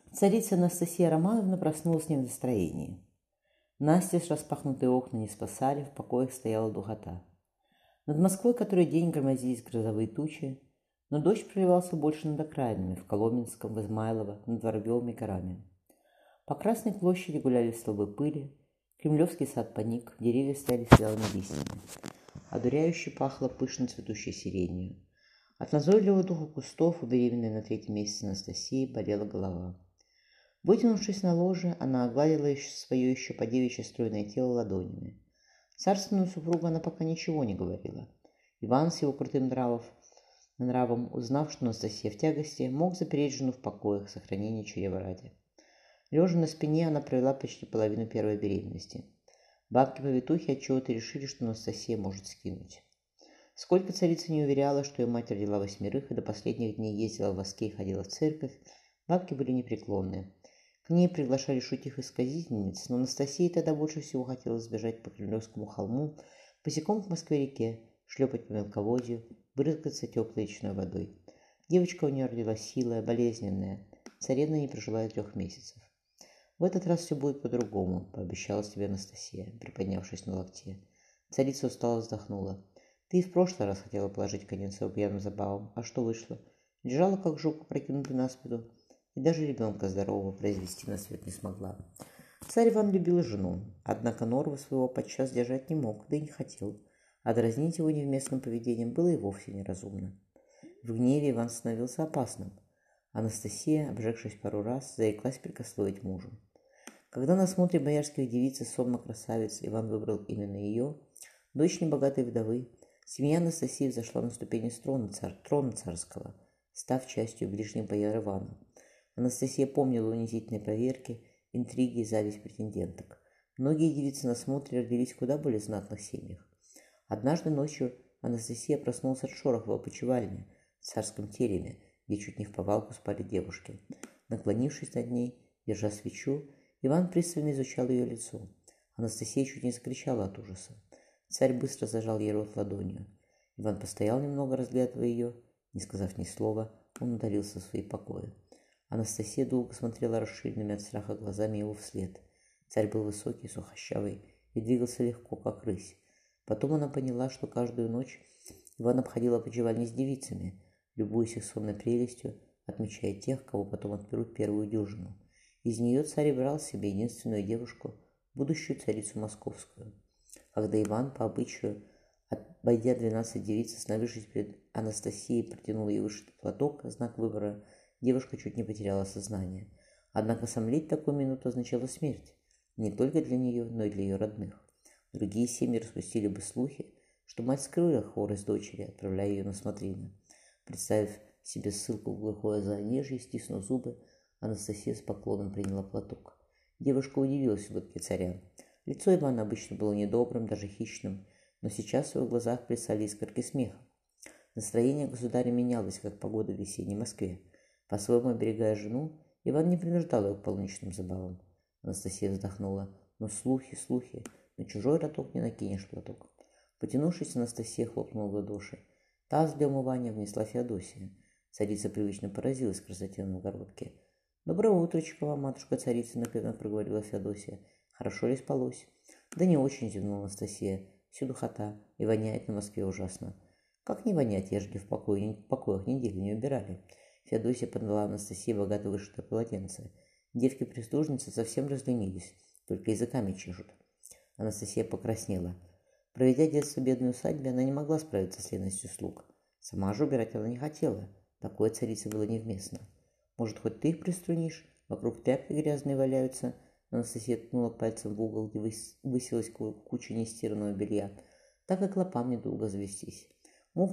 Царица Анастасия Романовна проснулась не в настроении. Настежь распахнутые окна не спасали, в покоях стояла духота. Над Москвой который день громоздились грозовые тучи, но дождь проливался больше над окраинами, в Коломенском, в Измайлово, над Воробьевыми горами. По Красной площади гуляли столбы пыли, Кремлевский сад поник, деревья стояли с вялыми листьями. Одуряюще пахло пышно цветущей сиренью. От назойливого духа кустов у беременной на 3-м месяце Анастасии болела голова. Вытянувшись на ложе, она огладила свое еще подевичье стройное тело ладонями. Царственную супругу она пока ничего не говорила. Иван с его крутым нравом, узнав, что Анастасия в тягости, мог запереть жену в покоях, сохранения чрева ради. Лежа на спине, она провела почти половину первой беременности. Бабки-повитухи отчего-то решили, что Анастасия может скинуть. Сколько царица не уверяла, что ее мать родила 8 и до последних дней ездила в воске и ходила в церковь, бабки были непреклонны. К ней приглашали шутих и сказительниц, но Анастасии тогда больше всего хотелось сбежать по Кремлевскому холму, босиком к Москве-реке, шлепать по мелководью, брызгаться теплой речной водой. Девочка у нее родилась хилая, болезненная. Царевна не прожила и 3 месяцев. «В этот раз все будет по-другому», — пообещала себе Анастасия, приподнявшись на локте. Царица устало вздохнула. «Ты и в прошлый раз хотела положить конец его пьяным забавам. А что вышло? Лежала, как жук, прокинутый на спину, и даже ребенка здорового произвести на свет не смогла. Царь Иван любил жену, однако норва своего подчас держать не мог, да и не хотел, а дразнить его невместным поведением было и вовсе неразумно. В гневе Иван становился опасным. Анастасия, обжегшись пару раз, заиклась прикословить мужу. Когда на смотре боярских девиц и сонма красавиц Иван выбрал именно ее, дочь небогатой вдовы, семья Анастасии взошла на ступени трона царского, став частью ближних бояр Ивана. Анастасия помнила унизительные проверки, интриги и зависть претенденток. Многие девицы на смотре родились в куда более знатных семьях. Однажды ночью Анастасия проснулась от шороха в опочивальне в царском тереме, где чуть не в повалку спали девушки. Наклонившись над ней, держа свечу, Иван пристально изучал ее лицо. Анастасия чуть не закричала от ужаса. Царь быстро зажал ей рот ладонью. Иван постоял немного, разглядывая ее. Не сказав ни слова, он удалился в свои покои. Анастасия долго смотрела расширенными от страха глазами его вслед. Царь был высокий, сухощавый и двигался легко, как рысь. Потом она поняла, что каждую ночь Иван обходил опочивальни с девицами, любуясь их сонной прелестью, отмечая тех, кого потом отберут первую дюжину. Из нее царь брал себе единственную девушку, будущую царицу московскую. Когда Иван, по обычаю, обойдя 12 девиц, остановившись перед Анастасией, протянул ей вышитый платок, знак выбора, девушка чуть не потеряла сознание. Однако сомлеть в такую минуту означало смерть. Не только для нее, но и для ее родных. Другие семьи распустили бы слухи, что мать скрыла хворост дочери, отправляя ее на смотрины. Представив себе ссылку в глухое заонежье, стиснув зубы, Анастасия с поклоном приняла платок. Девушка удивилась улыбке царя. Лицо Ивана обычно было недобрым, даже хищным, но сейчас в его глазах плясали искорки смеха. Настроение государя менялось, как погода в весенней Москве. По-своему оберегая жену, Иван не принуждал ее к полуночным забавам. Анастасия вздохнула. Но слухи, на чужой роток не накинешь платок. Потянувшись, Анастасия хлопнула в ладоши. Таз для умывания внесла Феодосия. Царица привычно поразилась красоте новгородки. «Доброе утречко вам, матушка-царица», — напевно проговорила Феодосия. «Хорошо ли спалось?» «Да не очень», — зевнула Анастасия. «Всюду хота, и воняет на Москве ужасно». «Как не вонять, ежели в покоях неделю не убирали?» Феодосия подала Анастасии богато вышитое полотенце. Девки-прислужницы совсем разленились, только языками чешут. Анастасия покраснела. Проведя детство в бедной усадьбе, она не могла справиться с ленностью слуг. Сама же убирать она не хотела. Такое царице было невместно. «Может, хоть ты их приструнишь? Вокруг тряпки грязные валяются». Анастасия ткнула пальцем в угол, где высилась куча нестиранного белья. «Так и клопам недолго завестись. Мух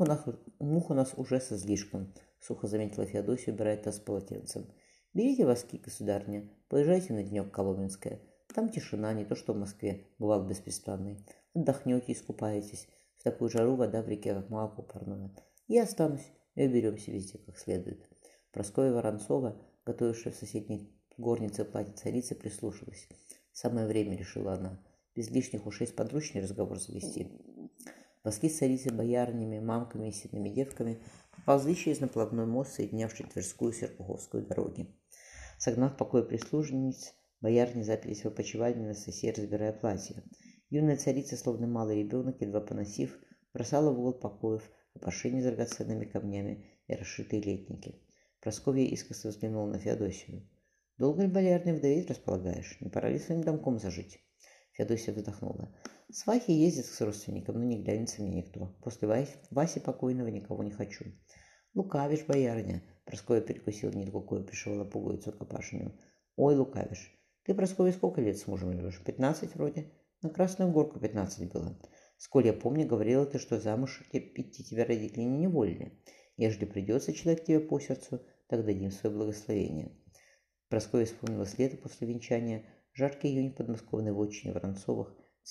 у нас уже с излишком», — сухо заметила Феодосия, убирая таз с полотенцем. «Берите воски, государня, поезжайте на денек в Коломенское. Там тишина, не то что в Москве, бывал беспрестанный. Отдохнете, искупаетесь. В такую жару вода в реке, как молоко парное. Я останусь, и уберемся везде как следует». Прасковья Воронцова, готовившая в соседней горнице платье царицы, прислушалась. «Самое время», — решила она, — «без лишних ушей сподручней разговор завести». Воски с царицей, боярнями, мамками и сильными девками поползли через наплавной мост, соединявший Тверскую и Серпуховскую дороги. Согнав в покой прислужниц, боярни запились в опочивальне Анастасии, разбирая платье. Юная царица, словно малый ребенок, едва поносив, бросала в угол покоев опошение с драгоценными камнями и расшитые летники. Прасковья искоса взглянула на Феодосию. «Долго ли, боярня, вдоветь располагаешь? Не пора ли своим домком зажить?» Феодосия вздохнула. «Свахи ездят с родственником, но не глянется мне никто. После Васи покойного никого не хочу». «Лукавишь, боярня!» Прасковья перекусила нитку, кою пришивала пуговицу к опашению. «Ой, лукавишь! Ты, Прасковья, сколько лет с мужем живешь? 15 вроде? На Красную Горку 15 было. Сколь я помню, говорила ты, что замуж идти тебя родители не неволили. Ежели придется человек тебе по сердцу, так дадим свое благословение». Прасковья вспомнилось лето после венчания, жаркий июнь подмосковной вотчине Воронцовых,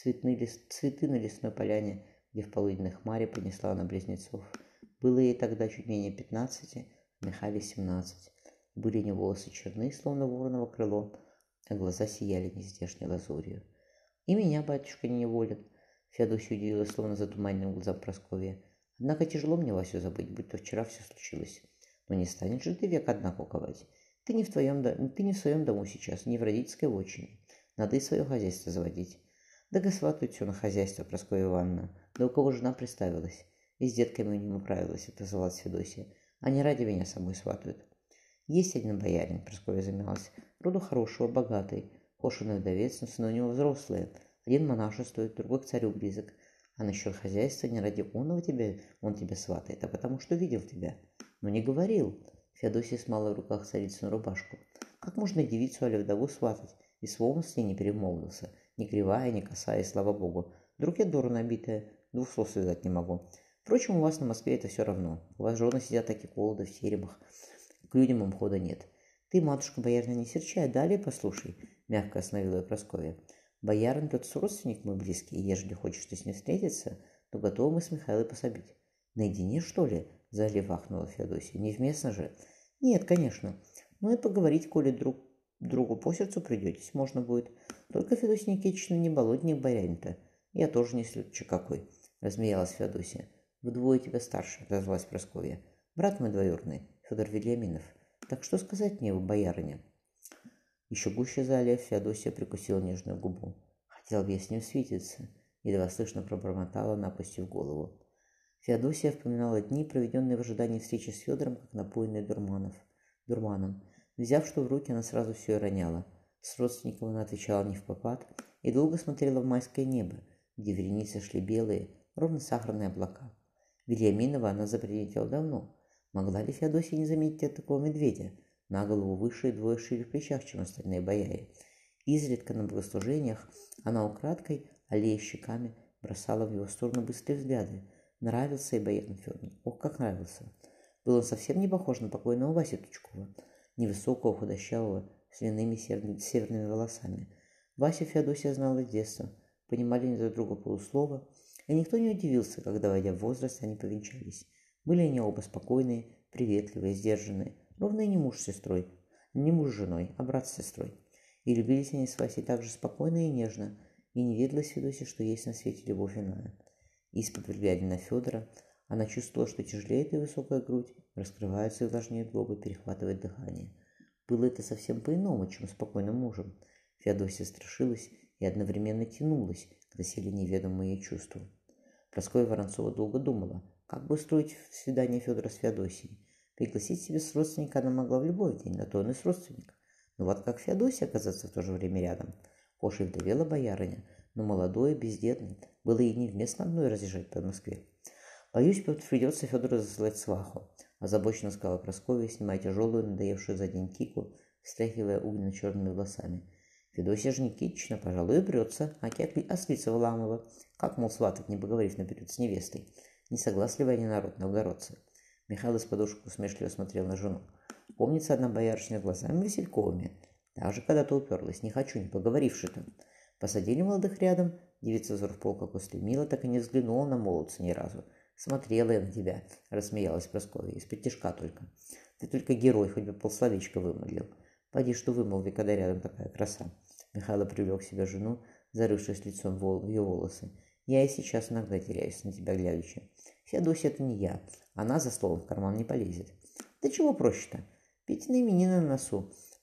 цветы на лесной поляне, где в полуденной хмаре понесла она близнецов. Было ей тогда чуть менее 15, а Михаиле 17. Были у него волосы черны, словно вороново крыло, а глаза сияли нездешней лазурью. «И меня, батюшка, не неволят», — Феодосия удивилась, словно затуманенным глазам Прасковья. «Однако тяжело мне Васю забыть, будто вчера все случилось. Но не станешь же ты век одна куковать. Ты не в своем дому сейчас, не в родительской вотчине. Надо и свое хозяйство заводить». «Да госватают все на хозяйство, Прасковья Ивановна. Да у кого жена приставилась? И с детками у него управилась», — отозвалась Федосия. «Они ради меня самой сватают». «Есть один боярин», — Прасковья замялась. «Роду хорошего, богатый. Хошиный вдовец, но сыны у него взрослые. Один монашествует, другой к царю близок. А насчет хозяйства не ради он тебя сватает, а потому что видел тебя». «Но не говорил». Феодосия смала в руках царицыну рубашку. «Как можно девицу али вдову сватать? И словом с ней не перемолвился. Ни кривая, ни косая, слава богу. Вдруг я дура набитая, двух слов связать не могу. Впрочем, у вас на Москве это все равно. У вас жены сидят такие холоды в теремах. К людям им хода нет. Ты, матушка, боярина, не серчай, далее послушай», — мягко остановила ее Прасковья. «Боярин тот родственник мой близкий, и ежели хочешь ты с ним встретиться, то готовы мы с Михаилой пособить». «Наедине, что ли?» — залив ахнула Феодосия. «Невместно же». «Нет, конечно. Ну и поговорить, коли другу по сердцу придетесь, можно будет. Только, Федосия Никитична, не болотник боярин-то. Я тоже не слетчик какой», — размеялась Феодосия. «Вдвое тебя старше», — отозвалась Прасковья. «Брат мой двоюродный, Федор Вильяминов. Так что сказать мне, боярыня?» Еще гуще залив, Феодосия прикусила нежную губу. «Хотел бы я с ним свидеться», — едва слышно пробормотала она, опустив голову. Феодосия вспоминала дни, проведенные в ожидании встречи с Федором, как напоенные дурманом. Взяв что в руки, она сразу все и роняла. С родственником она отвечала не впопад и долго смотрела в майское небо, где вереницы шли белые, ровно сахарные облака. Вильяминова она заприметила давно. Могла ли Феодосия не заметить от такого медведя, на голову выше и вдвое шире в плечах, чем остальные бояре? Изредка на богослужениях она украдкой, аллея щеками, бросала в его сторону быстрые взгляды. Нравился и боярин Федор. Ох, как нравился. Был он совсем не похож на покойного Васю Тучкова, невысокого, худощавого, с длинными северными волосами. Васю Феодосия знала с детства, понимали не друг друга полуслова, и никто не удивился, когда, войдя в возраст, они повенчались. Были они оба спокойные, приветливые, сдержанные, ровно и не муж с сестрой, не муж с женой, а брат с сестрой. И любились они с Васей так же спокойно и нежно, и не ведалось Федосе, что есть на свете любовь иная. Из-под глядя на Федора, она чувствовала, что тяжелеет и высокая грудь, раскрывается и влажнеет губы, перехватывает дыхание. Было это совсем по-иному, чем с спокойным мужем. Феодосия страшилась и одновременно тянулась к доселе неведомому ей чувству. Прасковья Воронцова долго думала, как бы устроить свидание Федора с Феодосией. Пригласить себе с родственника она могла в любой день, на то он и с родственник. Но вот как Феодосия оказаться в то же время рядом? Хош и вдовела боярыня, но молодой, бездетный, было ей невместно одной разъезжать по Москве. «Боюсь, придется Федору засылать сваху», — озабоченно сказала Прасковья, снимая тяжелую, надоевшую за день кику, встряхивая угольно-черными волосами. «Федосия же Никитична, пожалуй, упрется, ослица Валамова. Как, мол, сватать, не поговорив наперед с невестой? Не согласливы они народ, новгородцы». Михаил из подушки усмешливо смотрел на жену. Помнится одна боярышня глазами васильковыми. Даже когда-то уперлась, не хочу, не поговоривши-то. Посадили молодых рядом, девица взор в пол как устремила, так и не взглянула на молодца ни разу. «Смотрела я на тебя», — рассмеялась Прасковья, — «из-под тишка только. Ты только герой, хоть бы полсловечка вымолвил. Поди, что вымолви, когда рядом такая краса». Михаил привлек к себе жену, зарывшись лицом в ее волосы. «Я и сейчас иногда теряюсь на тебя глядячи. Феодосия — это не я. Она за словом в карман не полезет». «Да чего проще-то? Петина именина на носу.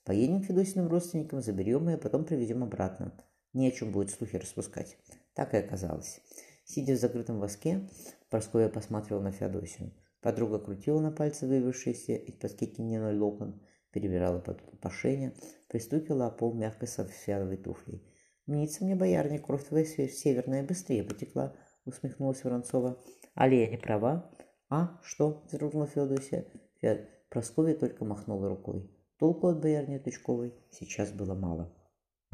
Поедем к Федосиным родственникам, заберем ее, а потом привезем обратно. Не о чем будет слухи распускать. Так и оказалось. Сидя в закрытом воске, Прасковья посмотрела на Феодосию. Подруга крутила на пальце вывившийся из паскетки льняной локон, перебирала по пристукивала о пол мягкой софьяновой туфлей. «Мнится мне, боярня, кровь твоя северная быстрее потекла», — усмехнулась Воронцова. «Али я не права?» «А, что?» — вздрогнула Феодосия. Прасковья только махнула рукой. Толку от боярни Тычковой сейчас было мало.